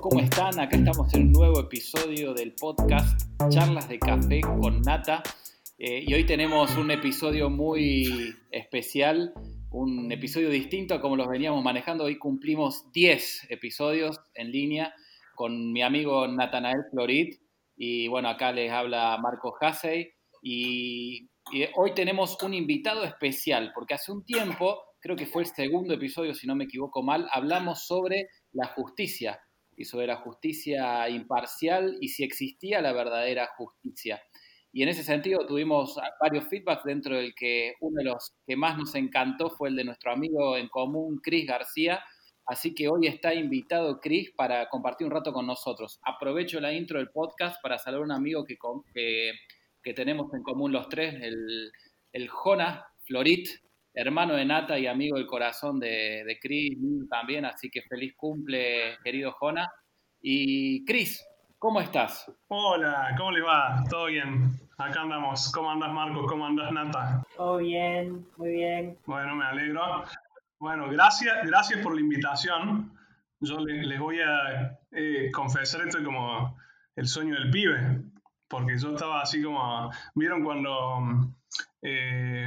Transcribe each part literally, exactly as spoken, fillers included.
¿cómo están? Acá estamos en un nuevo episodio del podcast Charlas de Café con Nata. Eh, y hoy tenemos un episodio muy especial, un episodio distinto a como los veníamos manejando. Hoy cumplimos diez episodios en línea con mi amigo Natanael Florit. Y bueno, acá les habla Marco Hassey. Y, y hoy tenemos un invitado especial, porque hace un tiempo, creo que fue el segundo episodio, si no me equivoco mal, hablamos sobre la justicia y sobre la justicia imparcial y si existía la verdadera justicia. Y en ese sentido tuvimos varios feedbacks, dentro del que uno de los que más nos encantó fue el de nuestro amigo en común, Chris García. Así que hoy está invitado Chris para compartir un rato con nosotros. Aprovecho la intro del podcast para saludar a un amigo que, que, que tenemos en común los tres, el, el Jonas Florit, hermano de Nata y amigo del corazón de, de Chris también. Así que feliz cumple, querido Jonas. Y Chris, ¿cómo estás? Hola, ¿cómo le va? ¿Todo bien? Acá andamos. ¿Cómo andas, Marcos? ¿Cómo andas, Nata? Todo bien, muy bien. Bueno, me alegro. Bueno, gracias, gracias por la invitación. Yo les, les voy a eh, confesar esto como el sueño del pibe, porque yo estaba así como, ¿vieron cuando eh,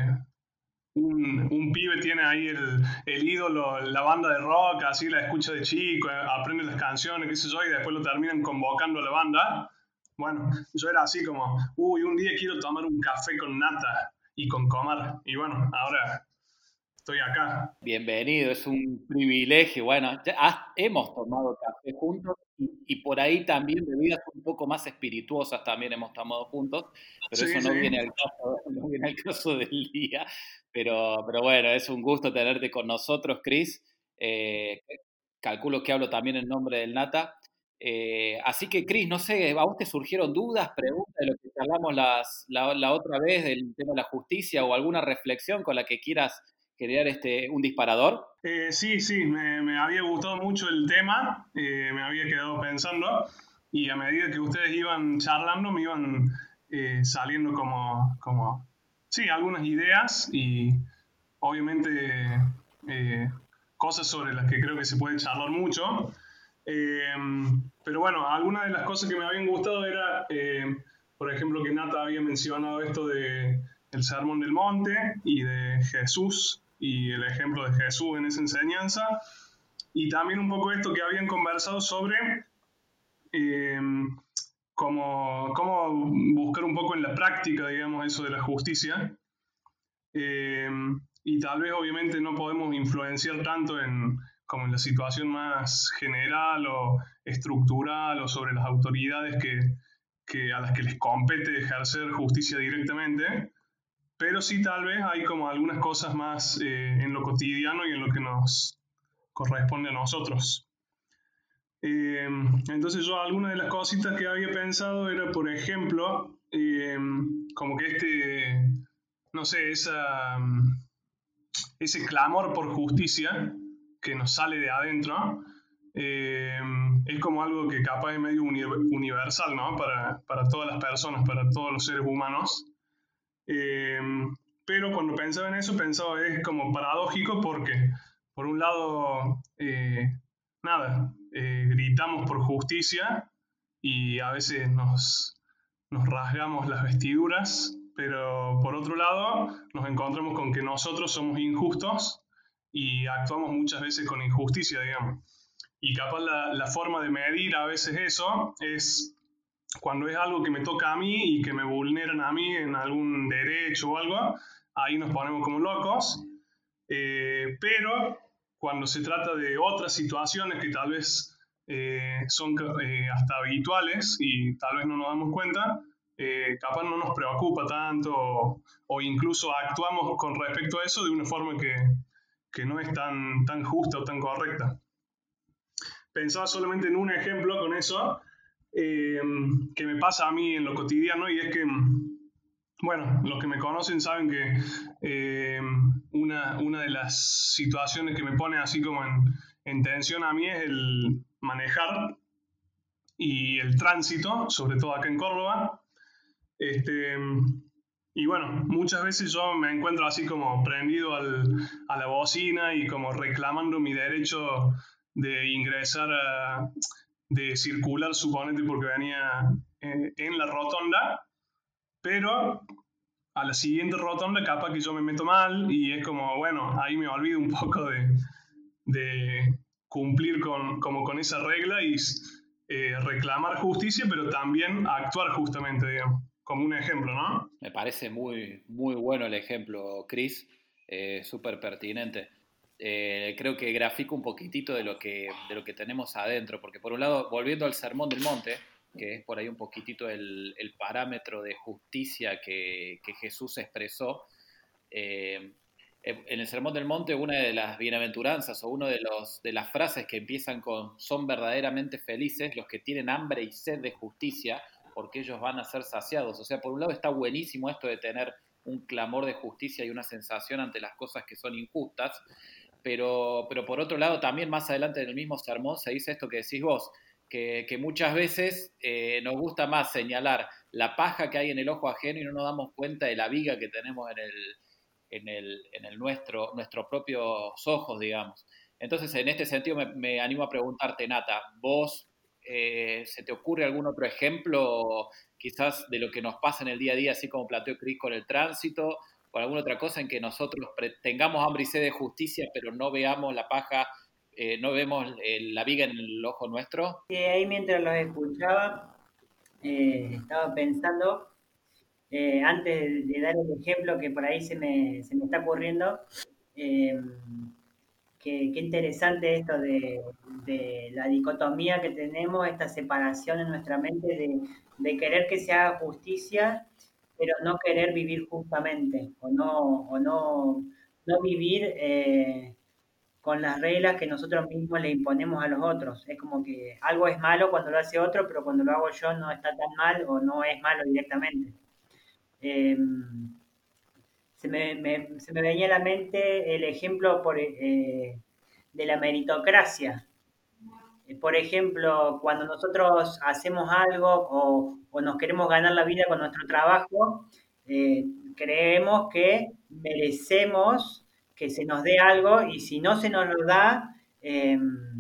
un, un pibe tiene ahí el, el ídolo, la banda de rock, así la escucha de chico, aprende las canciones, qué sé yo, y después lo terminan convocando a la banda? Bueno, yo era así como, uy, un día quiero tomar un café con Nata y con Comar, y bueno, ahora estoy acá. Bienvenido, es un privilegio. Bueno, ya ha- hemos tomado café juntos y, y por ahí también bebidas un poco más espirituosas también hemos tomado juntos, pero Sí, eso sí. no viene al caso, no viene al caso del día. Pero, pero bueno, es un gusto tenerte con nosotros, Chris. Eh, calculo que hablo también en nombre del Nata. Eh, así que, Chris, no sé, ¿a vos te surgieron dudas, preguntas de lo que hablamos las, la, la otra vez del tema de la justicia o alguna reflexión con la que quieras crear este, un disparador? Eh, sí, sí, me, me había gustado mucho el tema, eh, me había quedado pensando y a medida que ustedes iban charlando me iban eh, saliendo como, como, sí, algunas ideas y obviamente eh, cosas sobre las que creo que se puede charlar mucho. Eh, pero bueno, algunas de las cosas que me habían gustado era, eh, por ejemplo, que Nata había mencionado esto de el Sermón del Monte y de Jesús y el ejemplo de Jesús en esa enseñanza. Y también un poco esto que habían conversado sobre eh, cómo, cómo buscar un poco en la práctica, digamos, eso de la justicia. Eh, y tal vez obviamente no podemos influenciar tanto en como en la situación más general o estructural o sobre las autoridades que, que a las que les compete ejercer justicia directamente, pero sí tal vez hay como algunas cosas más eh, en lo cotidiano y en lo que nos corresponde a nosotros. Eh, entonces yo algunas de las cositas que había pensado era, por ejemplo, eh, como que este, no sé, esa, ese clamor por justicia que nos sale de adentro, eh, es como algo que capaz es medio uni- universal, ¿no? Para, para todas las personas, para todos los seres humanos. Eh, pero cuando pensaba en eso, pensaba es como paradójico porque, por un lado, eh, nada, eh, gritamos por justicia y a veces nos, nos rasgamos las vestiduras, pero por otro lado nos encontramos con que nosotros somos injustos y actuamos muchas veces con injusticia, digamos. Y capaz la, la forma de medir a veces eso es cuando es algo que me toca a mí y que me vulneran a mí en algún derecho o algo, ahí nos ponemos como locos. Eh, pero cuando se trata de otras situaciones que tal vez eh, son eh, hasta habituales y tal vez no nos damos cuenta, eh, capaz no nos preocupa tanto o, o incluso actuamos con respecto a eso de una forma que, que no es tan, tan justa o tan correcta. Pensaba solamente en un ejemplo con eso, eh, que me pasa a mí en lo cotidiano, y es que, bueno, los que me conocen saben que eh, una, una de las situaciones que me pone así como en, en tensión a mí es el manejar y el tránsito, sobre todo acá en Córdoba. Este, y bueno, muchas veces yo me encuentro así como prendido al, a la bocina y como reclamando mi derecho de ingresar a, de circular, suponete, porque venía eh, en la rotonda, pero a la siguiente rotonda capaz que yo me meto mal y es como, bueno, ahí me olvido un poco de, de cumplir con, como con esa regla y eh, reclamar justicia, pero también actuar justamente, digamos, como un ejemplo, ¿no? Me parece muy, muy bueno el ejemplo, Chris, eh, súper pertinente. Eh, creo que grafica un poquitito de lo, que, de lo que tenemos adentro, porque por un lado, volviendo al Sermón del Monte, que es por ahí un poquitito el, el parámetro de justicia que, que Jesús expresó, eh, en el Sermón del Monte una de las bienaventuranzas o una de, los, de las frases que empiezan con son verdaderamente felices los que tienen hambre y sed de justicia, porque ellos van a ser saciados. O sea, por un lado está buenísimo esto de tener un clamor de justicia y una sensación ante las cosas que son injustas, pero, pero por otro lado también más adelante en el mismo sermón se dice esto que decís vos, que, que muchas veces eh, nos gusta más señalar la paja que hay en el ojo ajeno y no nos damos cuenta de la viga que tenemos en el, en el, en el nuestro, nuestros propios ojos, digamos. Entonces, en este sentido me, me animo a preguntarte, Nata, ¿vos eh, se te ocurre algún otro ejemplo quizás de lo que nos pasa en el día a día, así como planteó Cris con el tránsito, o alguna otra cosa en que nosotros tengamos hambre y sed de justicia, pero no veamos la paja, eh, no vemos eh, la viga en el ojo nuestro? Y ahí mientras los escuchaba, eh, estaba pensando, eh, antes de, de dar el ejemplo que por ahí se me, se me está ocurriendo, eh, que, qué interesante esto de, de la dicotomía que tenemos, esta separación en nuestra mente de, de querer que se haga justicia, pero no querer vivir justamente, o no, o no, no vivir eh, con las reglas que nosotros mismos le imponemos a los otros. Es como que algo es malo cuando lo hace otro, pero cuando lo hago yo no está tan mal o no es malo directamente. Eh, se, me, me, se me venía a la mente el ejemplo por, eh, de la meritocracia. Por ejemplo, cuando nosotros hacemos algo o, o nos queremos ganar la vida con nuestro trabajo, eh, creemos que merecemos que se nos dé algo y si no se nos lo da, eh,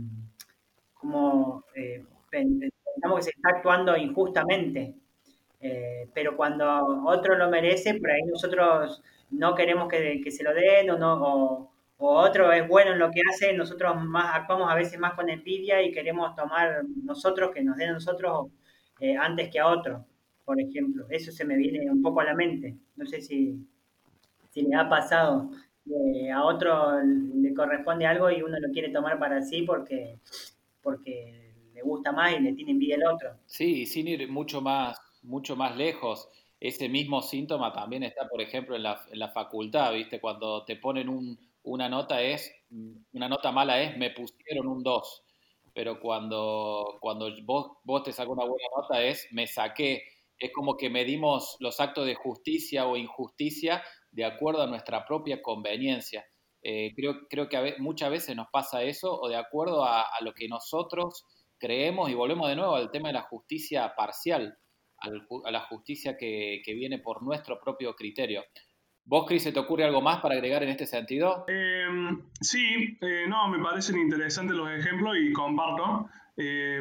como eh, pensamos que se está actuando injustamente. Eh, pero cuando otro lo merece, por ahí nosotros no queremos que, que se lo den o, no, o, o otro es bueno en lo que hace, nosotros más actuamos a veces más con envidia y queremos tomar nosotros, que nos den a nosotros eh, antes que a otro, por ejemplo. Eso se me viene un poco a la mente. No sé si, si le ha pasado. Eh, a otro le corresponde algo y uno lo quiere tomar para sí porque, porque le gusta más y le tiene envidia al otro. Sí, y sin ir mucho más, mucho más lejos, ese mismo síntoma también está, por ejemplo, en la, en la facultad, ¿viste? Cuando te ponen un, una nota es, una nota mala es, me pusieron un dos, pero cuando, cuando vos, vos te sacas una buena nota es, me saqué. Es como que medimos los actos de justicia o injusticia de acuerdo a nuestra propia conveniencia. Eh, creo, creo que a ve- muchas veces nos pasa eso, o de acuerdo a, a lo que nosotros creemos, y volvemos de nuevo al tema de la justicia parcial, al, a la justicia que, que, viene por nuestro propio criterio. ¿Vos, Cris, se te ocurre algo más para agregar en este sentido? Eh, sí, eh, no, me parecen interesantes los ejemplos y comparto. Eh,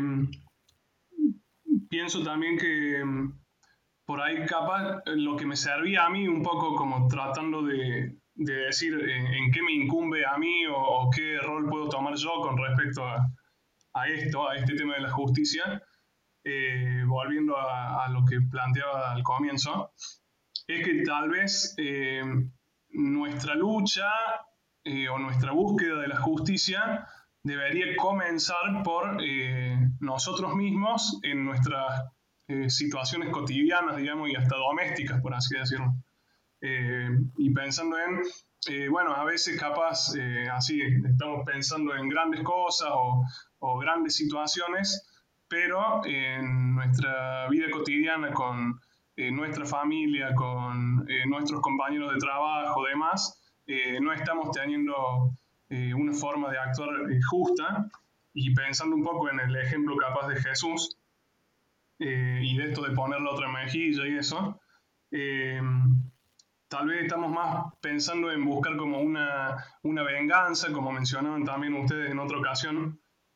pienso también que por ahí capaz lo que me servía a mí un poco como tratando de, de decir en, en qué me incumbe a mí o, o qué rol puedo tomar yo con respecto a, a esto, a este tema de la justicia, eh, volviendo a, a lo que planteaba al comienzo, es que tal vez eh, nuestra lucha eh, o nuestra búsqueda de la justicia debería comenzar por eh, nosotros mismos en nuestras eh, situaciones cotidianas, digamos, y hasta domésticas, por así decirlo. Eh, y pensando en, eh, bueno, a veces capaz, eh, así, estamos pensando en grandes cosas o, o grandes situaciones, pero en nuestra vida cotidiana con eh, nuestra familia, con eh, nuestros compañeros de trabajo, demás, eh, no estamos teniendo eh, una forma de actuar eh, justa. Y pensando un poco en el ejemplo capaz de Jesús eh, y de esto de poner la otra mejilla y eso, eh, tal vez estamos más pensando en buscar como una, una venganza, como mencionaban también ustedes en otra ocasión,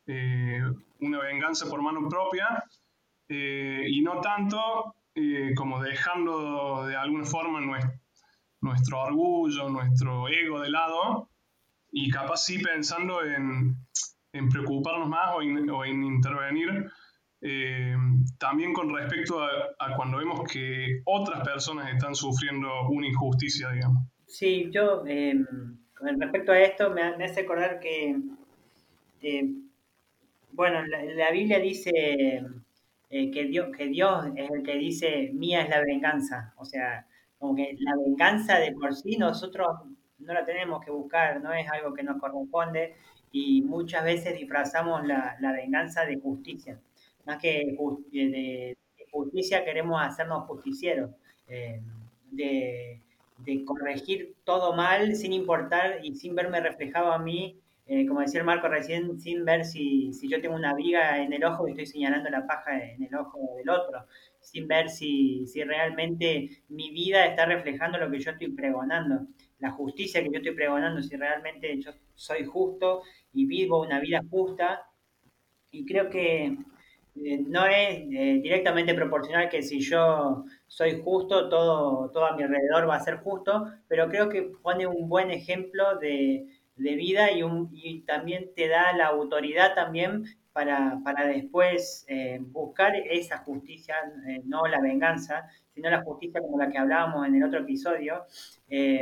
eh, una venganza por mano propia, eh, y no tanto eh, como dejando de alguna forma nuestro, nuestro orgullo, nuestro ego de lado, y capaz sí pensando en, en preocuparnos más o en, o en intervenir eh, también con respecto a, a cuando vemos que otras personas están sufriendo una injusticia, digamos. Sí, yo, eh, con respecto a esto, me, me hace acordar que, eh, bueno, la, la Biblia dice eh, que, Dios, que Dios es el que dice, mía es la venganza. O sea, como que la venganza de por sí nosotros no la tenemos que buscar, no es algo que nos corresponde y muchas veces disfrazamos la, la venganza de justicia. Más que ju- de, de justicia queremos hacernos justicieros, eh, de, de corregir todo mal sin importar y sin verme reflejado a mí, eh, como decía el Marco recién, sin ver si, si yo tengo una viga en el ojo y estoy señalando la paja en el ojo del otro, sin ver si, si realmente mi vida está reflejando lo que yo estoy pregonando, la justicia que yo estoy pregonando, si realmente yo soy justo y vivo una vida justa. Y creo que eh, no es eh, directamente proporcional que si yo soy justo, todo, todo a mi alrededor va a ser justo, pero creo que pone un buen ejemplo de, de vida y, un, y también te da la autoridad también para, para después eh, buscar esa justicia, eh, no la venganza, sino la justicia como la que hablábamos en el otro episodio. Eh,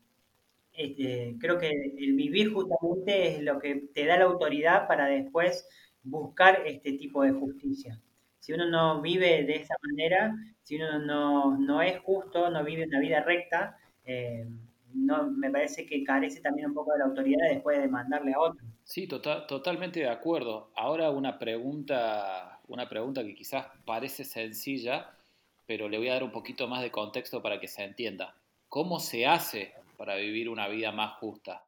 este, creo que el vivir justamente es lo que te da la autoridad para después buscar este tipo de justicia. Si uno no vive de esa manera, si uno no, no es justo, no vive una vida recta, eh, no, me parece que carece también un poco de la autoridad después de mandarle a otro. Sí, tota- totalmente de acuerdo. Ahora una pregunta, una pregunta que quizás parece sencilla, pero le voy a dar un poquito más de contexto para que se entienda. ¿Cómo se hace para vivir una vida más justa?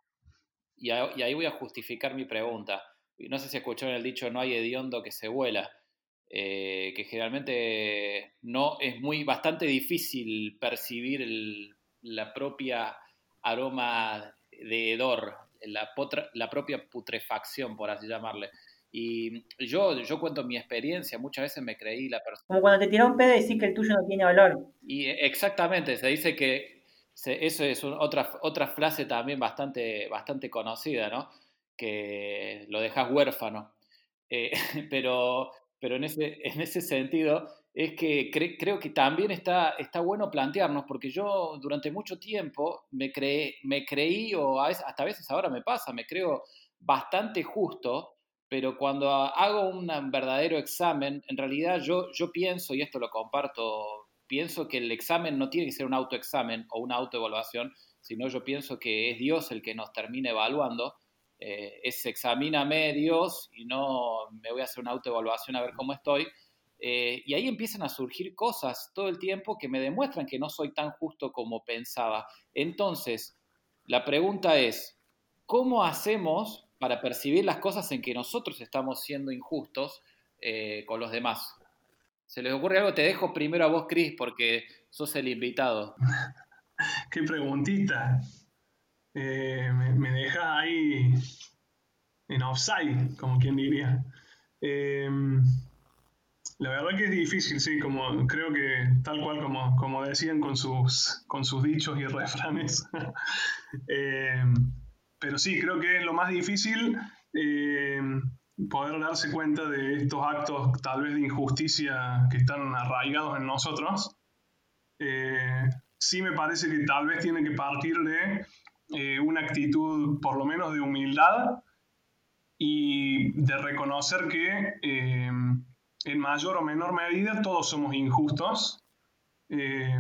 Y, a- y ahí voy a justificar mi pregunta. No sé si escucharon el dicho, no hay hediondo que se vuela, eh, que generalmente no es muy bastante difícil percibir el- la propia aroma de hedor, la, potra- la propia putrefacción, por así llamarle. Y yo, yo cuento mi experiencia, muchas veces me creí la persona. Como cuando te tiras un pedo y decís que el tuyo no tiene olor. Y exactamente, se dice que se- eso es un- otra, otra frase también bastante, bastante conocida, ¿no? Que lo dejas huérfano. Eh, pero, pero en ese, en ese sentido es que cre- creo que también está, está bueno plantearnos, porque yo durante mucho tiempo me, creé, me creí, o a veces- hasta a veces ahora me pasa, me creo bastante justo, pero cuando hago un verdadero examen, en realidad yo, yo pienso, y esto lo comparto, pienso que el examen no tiene que ser un autoexamen o una autoevaluación, sino yo pienso que es Dios el que nos termina evaluando. Eh, es examíname Dios y no me voy a hacer una autoevaluación a ver cómo estoy. Eh, y ahí empiezan a surgir cosas todo el tiempo que me demuestran que no soy tan justo como pensaba. Entonces, la pregunta es, ¿cómo hacemos para percibir las cosas en que nosotros estamos siendo injustos eh, con los demás? ¿Se les ocurre algo? Te dejo primero a vos, Cris, porque sos el invitado. Qué preguntita. Eh, me, me deja ahí en offside, como quien diría. Eh, la verdad que es difícil, sí, como creo que tal cual como, como decían con sus, con sus dichos y refranes. Eh, pero sí, creo que es lo más difícil eh, poder darse cuenta de estos actos tal vez de injusticia que están arraigados en nosotros. Eh, sí me parece que tal vez tiene que partir de eh, una actitud por lo menos de humildad y de reconocer que eh, en mayor o menor medida todos somos injustos. Eh,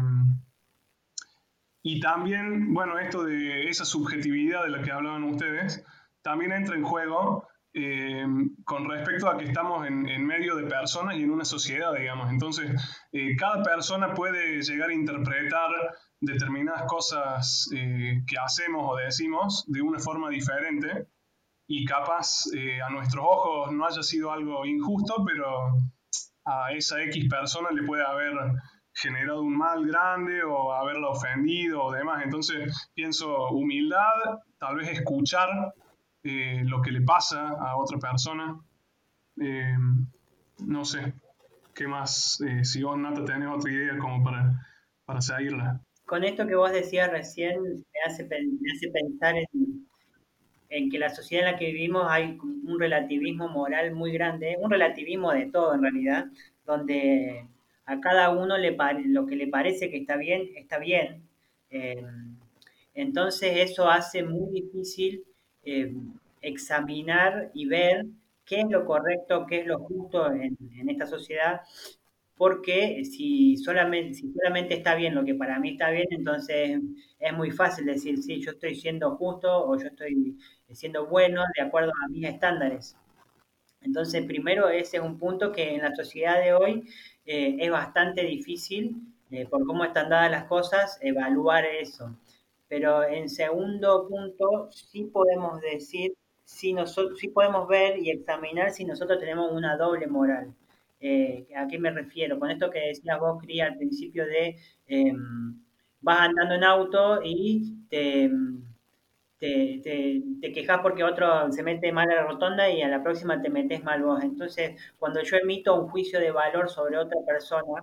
y también, bueno, esto de esa subjetividad de la que hablaban ustedes, también entra en juego eh, con respecto a que estamos en, en, medio de personas y en una sociedad, digamos. Entonces, eh, cada persona puede llegar a interpretar determinadas cosas eh, que hacemos o decimos de una forma diferente y capaz eh, a nuestros ojos no haya sido algo injusto, pero a esa X persona le puede haber generado un mal grande o haberla ofendido o demás. Entonces pienso humildad, tal vez escuchar eh, lo que le pasa a otra persona. Eh, no sé, ¿qué más? Eh, si vos, Nata, tenés otra idea como para, para seguirla. Con esto que vos decías recién, me hace, pen- me hace pensar en, en que la sociedad en la que vivimos hay un relativismo moral muy grande, un relativismo de todo en realidad, donde a cada uno le pare- lo que le parece que está bien, está bien. Eh, entonces eso hace muy difícil eh, examinar y ver qué es lo correcto, qué es lo justo en, en esta sociedad, porque si solamente, si solamente está bien lo que para mí está bien, entonces es muy fácil decir, sí, yo estoy siendo justo o yo estoy siendo bueno de acuerdo a mis estándares. Entonces, primero, ese es un punto que en la sociedad de hoy eh, es bastante difícil, eh, por cómo están dadas las cosas, evaluar eso. Pero en segundo punto, sí podemos decir, si nosotros, sí podemos ver y examinar si nosotros tenemos una doble moral. Eh, ¿a qué me refiero? Con esto que decías vos, Cris, al principio de eh, vas andando en auto y te, te, te, te quejas porque otro se mete mal a la rotonda y a la próxima te metes mal vos. Entonces, cuando yo emito un juicio de valor sobre otra persona,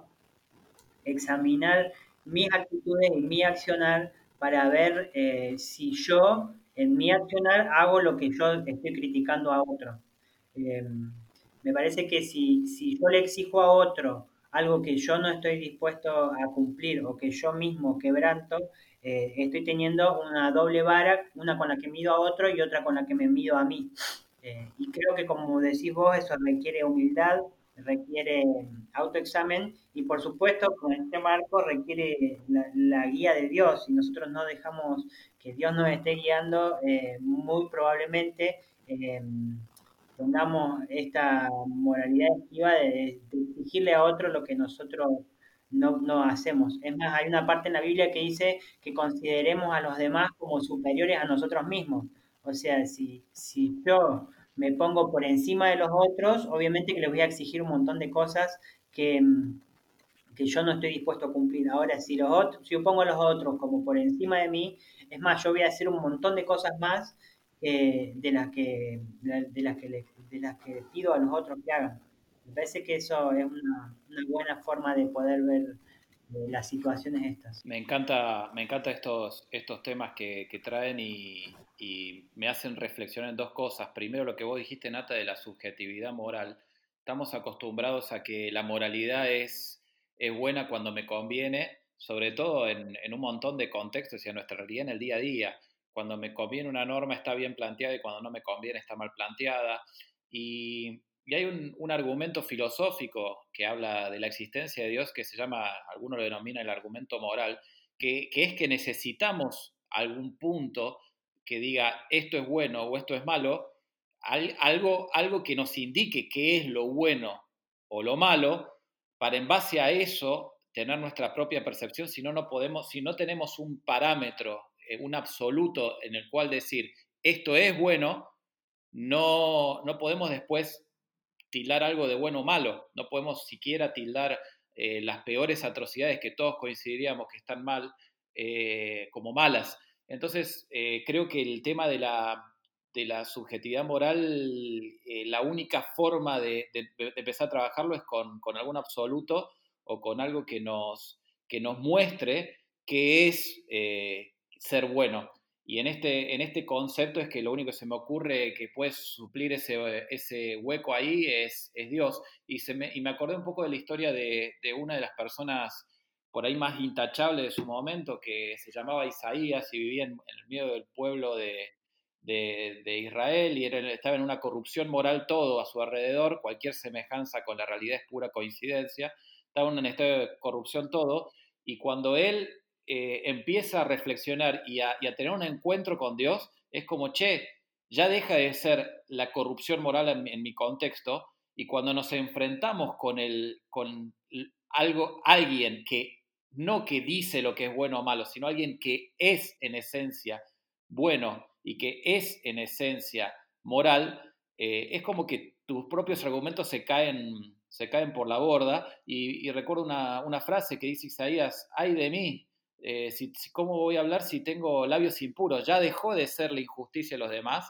examinar mis actitudes y mi accionar para ver eh, si yo en mi accionar hago lo que yo estoy criticando a otro. Eh, Me parece que si, si yo le exijo a otro algo que yo no estoy dispuesto a cumplir o que yo mismo quebranto, eh, estoy teniendo una doble vara, una con la que mido a otro y otra con la que me mido a mí. Eh, y creo que como decís vos, eso requiere humildad, requiere autoexamen y por supuesto con este marco requiere la, la guía de Dios. Si nosotros no dejamos que Dios nos esté guiando, eh, muy probablemente eh, tengamos esta moralidad esquiva de, de exigirle a otro lo que nosotros no, no hacemos. Es más, hay una parte en la Biblia que dice que consideremos a los demás como superiores a nosotros mismos. O sea, si, si yo me pongo por encima de los otros, obviamente que les voy a exigir un montón de cosas que, que yo no estoy dispuesto a cumplir. Ahora, si los otros, si yo pongo a los otros como por encima de mí, es más, yo voy a hacer un montón de cosas más eh, de las que de las que le, de las que pido a los otros que hagan. Me parece que eso es una, una buena forma de poder ver eh, las situaciones estas. Me encanta, me encanta estos, estos temas que, que traen y, y me hacen reflexionar en dos cosas. Primero, lo que vos dijiste, Nata, de la subjetividad moral. Estamos acostumbrados a que la moralidad es, es buena cuando me conviene, sobre todo en, en un montón de contextos y en nuestra realidad en el día a día. Cuando me conviene una norma está bien planteada y cuando no me conviene está mal planteada. Y, y hay un, un, argumento filosófico que habla de la existencia de Dios que se llama, algunos lo denominan el argumento moral, que, que es que necesitamos algún punto que diga esto es bueno o esto es malo, al, algo, algo que nos indique qué es lo bueno o lo malo, para en base a eso tener nuestra propia percepción, si no, no podemos, si no tenemos un parámetro, eh, un absoluto en el cual decir esto es bueno, no, no podemos después tildar algo de bueno o malo, no podemos siquiera tildar eh, las peores atrocidades que todos coincidiríamos que están mal eh, como malas. Entonces, eh, creo que el tema de la, de la subjetividad moral, eh, la única forma de, de, de, empezar a trabajarlo es con, con algún absoluto o con algo que nos, que nos muestre qué es eh, ser bueno. Y en este, en este concepto es que lo único que se me ocurre que puede suplir ese, ese hueco ahí es, es Dios. Y, se me, y me acordé un poco de la historia de, de una de las personas por ahí más intachables de su momento, que se llamaba Isaías y vivía en, en el medio del pueblo de, de, de Israel y era, estaba en una corrupción moral todo a su alrededor, cualquier semejanza con la realidad es pura coincidencia, estaba en un estado de corrupción todo, y cuando él eh, empieza a reflexionar y a, y a tener un encuentro con Dios, es como, che, ya deja de ser la corrupción moral en, en mi contexto, y cuando nos enfrentamos con, el, con algo, alguien que no que dice lo que es bueno o malo, sino alguien que es en esencia bueno y que es en esencia moral, eh, es como que tus propios argumentos se caen, se caen por la borda. Y, y recuerdo una, una frase que dice Isaías, ay de mí, eh, si, si, ¿cómo voy a hablar si tengo labios impuros? Ya dejó de ser la injusticia de los demás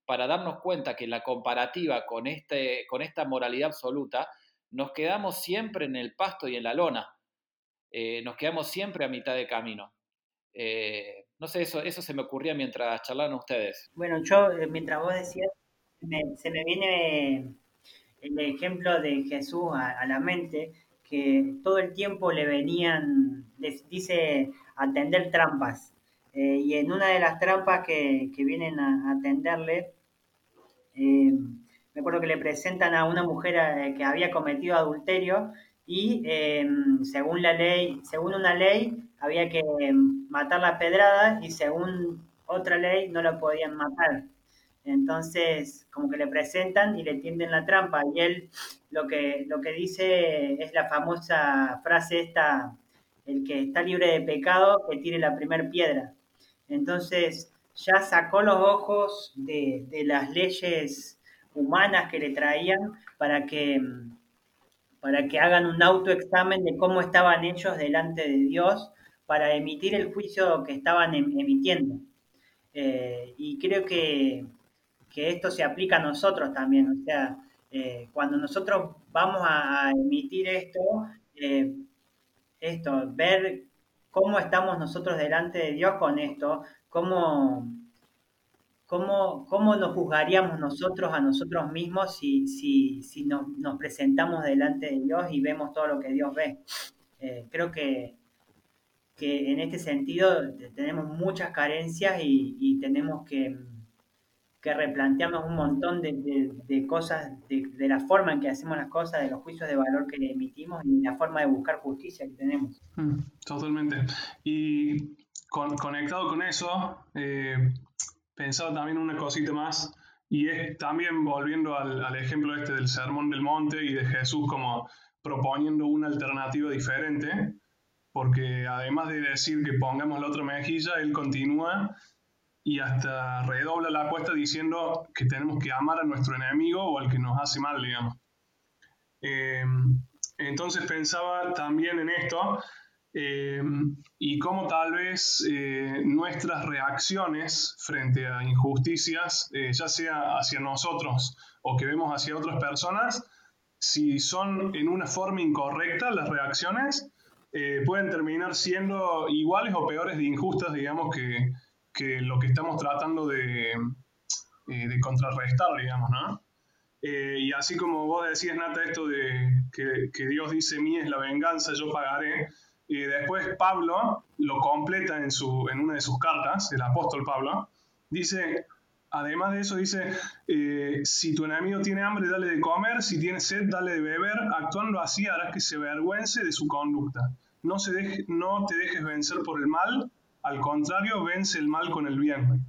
para darnos cuenta que en la comparativa con, este, con esta moralidad absoluta, nos quedamos siempre en el pasto y en la lona. Eh, nos quedamos siempre a mitad de camino. Eh, no sé, eso, eso se me ocurría mientras charlaban ustedes. Bueno, yo, eh, mientras vos decías, me- se me viene el ejemplo de Jesús a, a la mente, que todo el tiempo le venían, les dice, a tender trampas. Eh, y en una de las trampas que, que vienen a, a tenderle, eh, me acuerdo que le presentan a una mujer eh, que había cometido adulterio y eh, según la ley, según una ley, había que matarla a pedradas y según otra ley no la podían matar. Entonces, como que le presentan y le tienden la trampa y él lo que, lo que dice es la famosa frase esta, el que está libre de pecado, que tire la primer piedra. Entonces, ya sacó los ojos de, de las leyes humanas que le traían para que, para que hagan un autoexamen de cómo estaban ellos delante de Dios para emitir el juicio que estaban em- emitiendo. Eh, y creo que, que esto se aplica a nosotros también, o sea, eh, cuando nosotros vamos a, a emitir esto, eh, esto, ver cómo estamos nosotros delante de Dios con esto, cómo, cómo, cómo nos juzgaríamos nosotros a nosotros mismos si, si, si nos, nos presentamos delante de Dios y vemos todo lo que Dios ve. Eh, creo que, que en este sentido tenemos muchas carencias y, y tenemos que, que replantearnos un montón de, de, de cosas, de, de la forma en que hacemos las cosas, de los juicios de valor que le emitimos y la forma de buscar justicia que tenemos. Mm, totalmente. Y con- conectado con eso, eh, pensaba también una cosita más, y es también volviendo al, al ejemplo este del Sermón del Monte y de Jesús como proponiendo una alternativa diferente, porque además de decir que pongamos la otra mejilla, él continúa y hasta redobla la apuesta diciendo que tenemos que amar a nuestro enemigo o al que nos hace mal, digamos. Eh, entonces pensaba también en esto eh, y cómo tal vez eh, nuestras reacciones frente a injusticias, eh, ya sea hacia nosotros o que vemos hacia otras personas, si son en una forma incorrecta las reacciones, eh, pueden terminar siendo iguales o peores de injustas, digamos, que, que lo que estamos tratando de, eh, de contrarrestar, digamos, ¿no? Eh, y así como vos decías, Nata, esto de que, que Dios dice, mí es la venganza, yo pagaré. Y después Pablo lo completa en, su, en una de sus cartas, el apóstol Pablo, dice, además de eso, dice, eh, si tu enemigo tiene hambre, dale de comer, si tiene sed, dale de beber, actuando así harás que se avergüence de su conducta. No, se deje, no te dejes vencer por el mal, al contrario, vence el mal con el bien.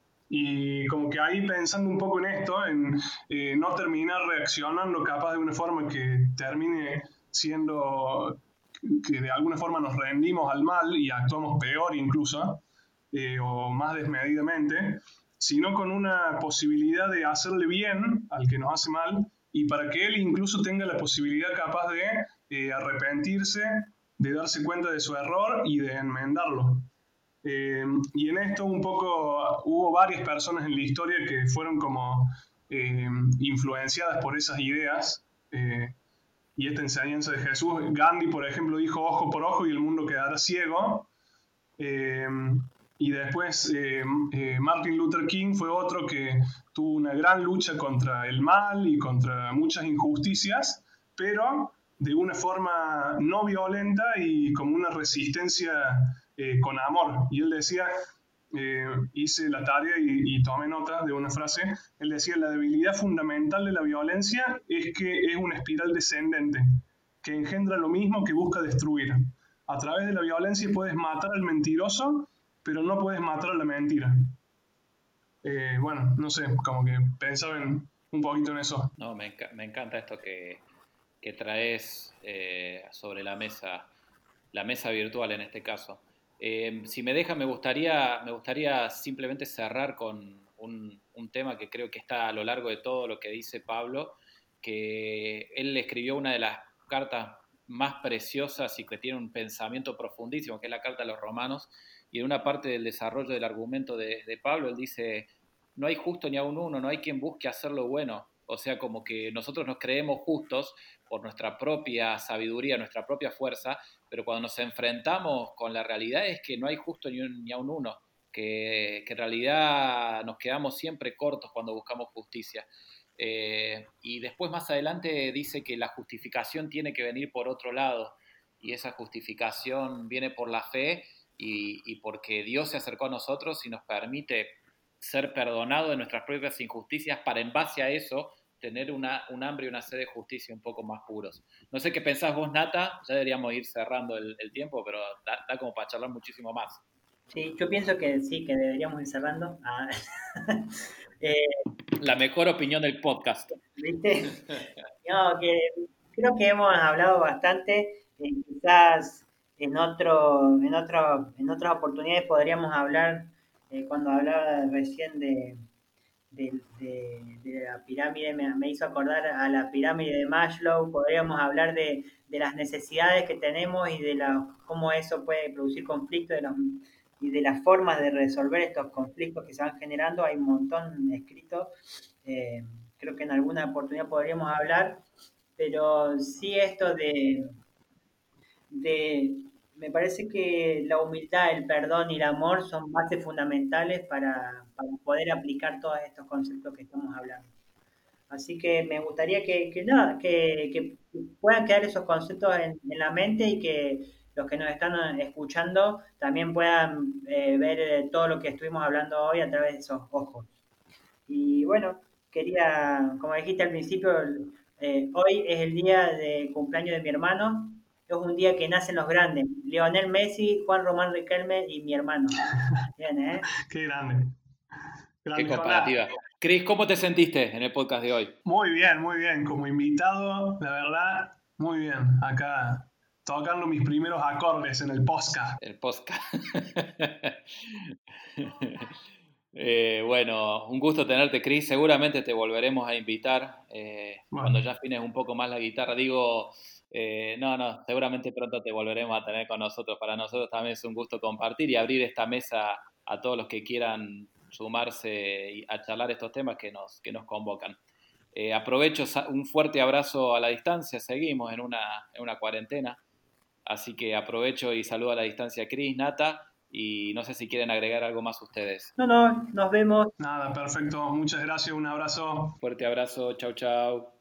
Y como que ahí pensando un poco en esto, en eh, no terminar reaccionando capaz de una forma que termine siendo que de alguna forma nos rendimos al mal y actuamos peor incluso, eh, o más desmedidamente, sino con una posibilidad de hacerle bien al que nos hace mal y para que él incluso tenga la posibilidad capaz de eh, arrepentirse, de darse cuenta de su error y de enmendarlo. Eh, y en esto un poco hubo varias personas en la historia que fueron como eh, influenciadas por esas ideas eh, y esta enseñanza de Jesús. Gandhi, por ejemplo, dijo ojo por ojo y el mundo quedará ciego. Eh, y después eh, eh, Martin Luther King fue otro que tuvo una gran lucha contra el mal y contra muchas injusticias, pero de una forma no violenta y como una resistencia eh, con amor. Y él decía, eh, hice la tarea y, y tomé nota de una frase, él decía, la debilidad fundamental de la violencia es que es una espiral descendente, que engendra lo mismo que busca destruir. A través de la violencia puedes matar al mentiroso, pero no puedes matar a la mentira. Eh, bueno, no sé, como que pensaba en, un poquito en eso. No, me, enca- me encanta esto que, que traes eh, sobre la mesa, la mesa virtual en este caso. Eh, si me deja, me gustaría, me gustaría simplemente cerrar con un, un tema que creo que está a lo largo de todo lo que dice Pablo, que él escribió una de las cartas más preciosas y que tiene un pensamiento profundísimo, que es la carta a los romanos, y en una parte del desarrollo del argumento de, de Pablo, él dice, no hay justo ni aun uno, no hay quien busque hacer lo bueno. O sea, como que nosotros nos creemos justos por nuestra propia sabiduría, nuestra propia fuerza, pero cuando nos enfrentamos con la realidad es que no hay justo ni, un, ni aun uno, que, que en realidad nos quedamos siempre cortos cuando buscamos justicia. Eh, y después más adelante dice que la justificación tiene que venir por otro lado, y esa justificación viene por la fe y, y porque Dios se acercó a nosotros y nos permite ser perdonados de nuestras propias injusticias para en base a eso tener una, un hambre y una sed de justicia un poco más puros. No sé qué pensás vos, Nata, ya deberíamos ir cerrando el, el tiempo, pero da, da como para charlar muchísimo más. Sí, yo pienso que sí, que deberíamos ir cerrando. Ah, eh, La mejor opinión del podcast. ¿Viste? No, que creo que hemos hablado bastante. Eh, quizás en otro, en otro, en otras oportunidades podríamos hablar, eh, cuando hablaba recién de, de, de- de la pirámide, me, me hizo acordar a la pirámide de Maslow. Podríamos hablar de, de las necesidades que tenemos y de la, cómo eso puede producir conflictos de los- y de las formas de resolver estos conflictos que se van generando. Hay un montón escrito. Eh, Creo que en alguna oportunidad podríamos hablar, pero sí esto de, de, me parece que la humildad, el perdón y el amor son bases fundamentales para, para poder aplicar todos estos conceptos que estamos hablando. Así que me gustaría que, que nada, que, que puedan quedar esos conceptos en, en la mente y que los que nos están escuchando también puedan eh, ver eh, todo lo que estuvimos hablando hoy a través de esos ojos. Y bueno, quería, como dijiste al principio, eh, hoy es el día de cumpleaños de mi hermano. Es un día que nacen los grandes. Lionel Messi, Juan Román Riquelme y mi hermano. Bien, ¿eh? Qué grande. Qué Grande, Jonás. comparativa. Cris, ¿cómo te sentiste en el podcast de hoy? Muy bien, muy bien. Como invitado, la verdad, muy bien. Acá tocando mis primeros acordes en el podcast. El podcast. Eh, bueno, un gusto tenerte, Cris. Seguramente te volveremos a invitar eh, cuando Bueno, ya afines un poco más la guitarra. Digo, eh, no, no, seguramente pronto te volveremos a tener con nosotros. Para nosotros también es un gusto compartir y abrir esta mesa a todos los que quieran sumarse y a charlar estos temas que nos, que nos convocan. Eh, aprovecho un fuerte abrazo a la distancia. Seguimos en una, en una cuarentena. Así que aprovecho y saludo a la distancia a Cris, Nata, y no sé si quieren agregar algo más ustedes. No, no, nos vemos. nada, perfecto. Muchas gracias, un abrazo. Fuerte abrazo, chau chau.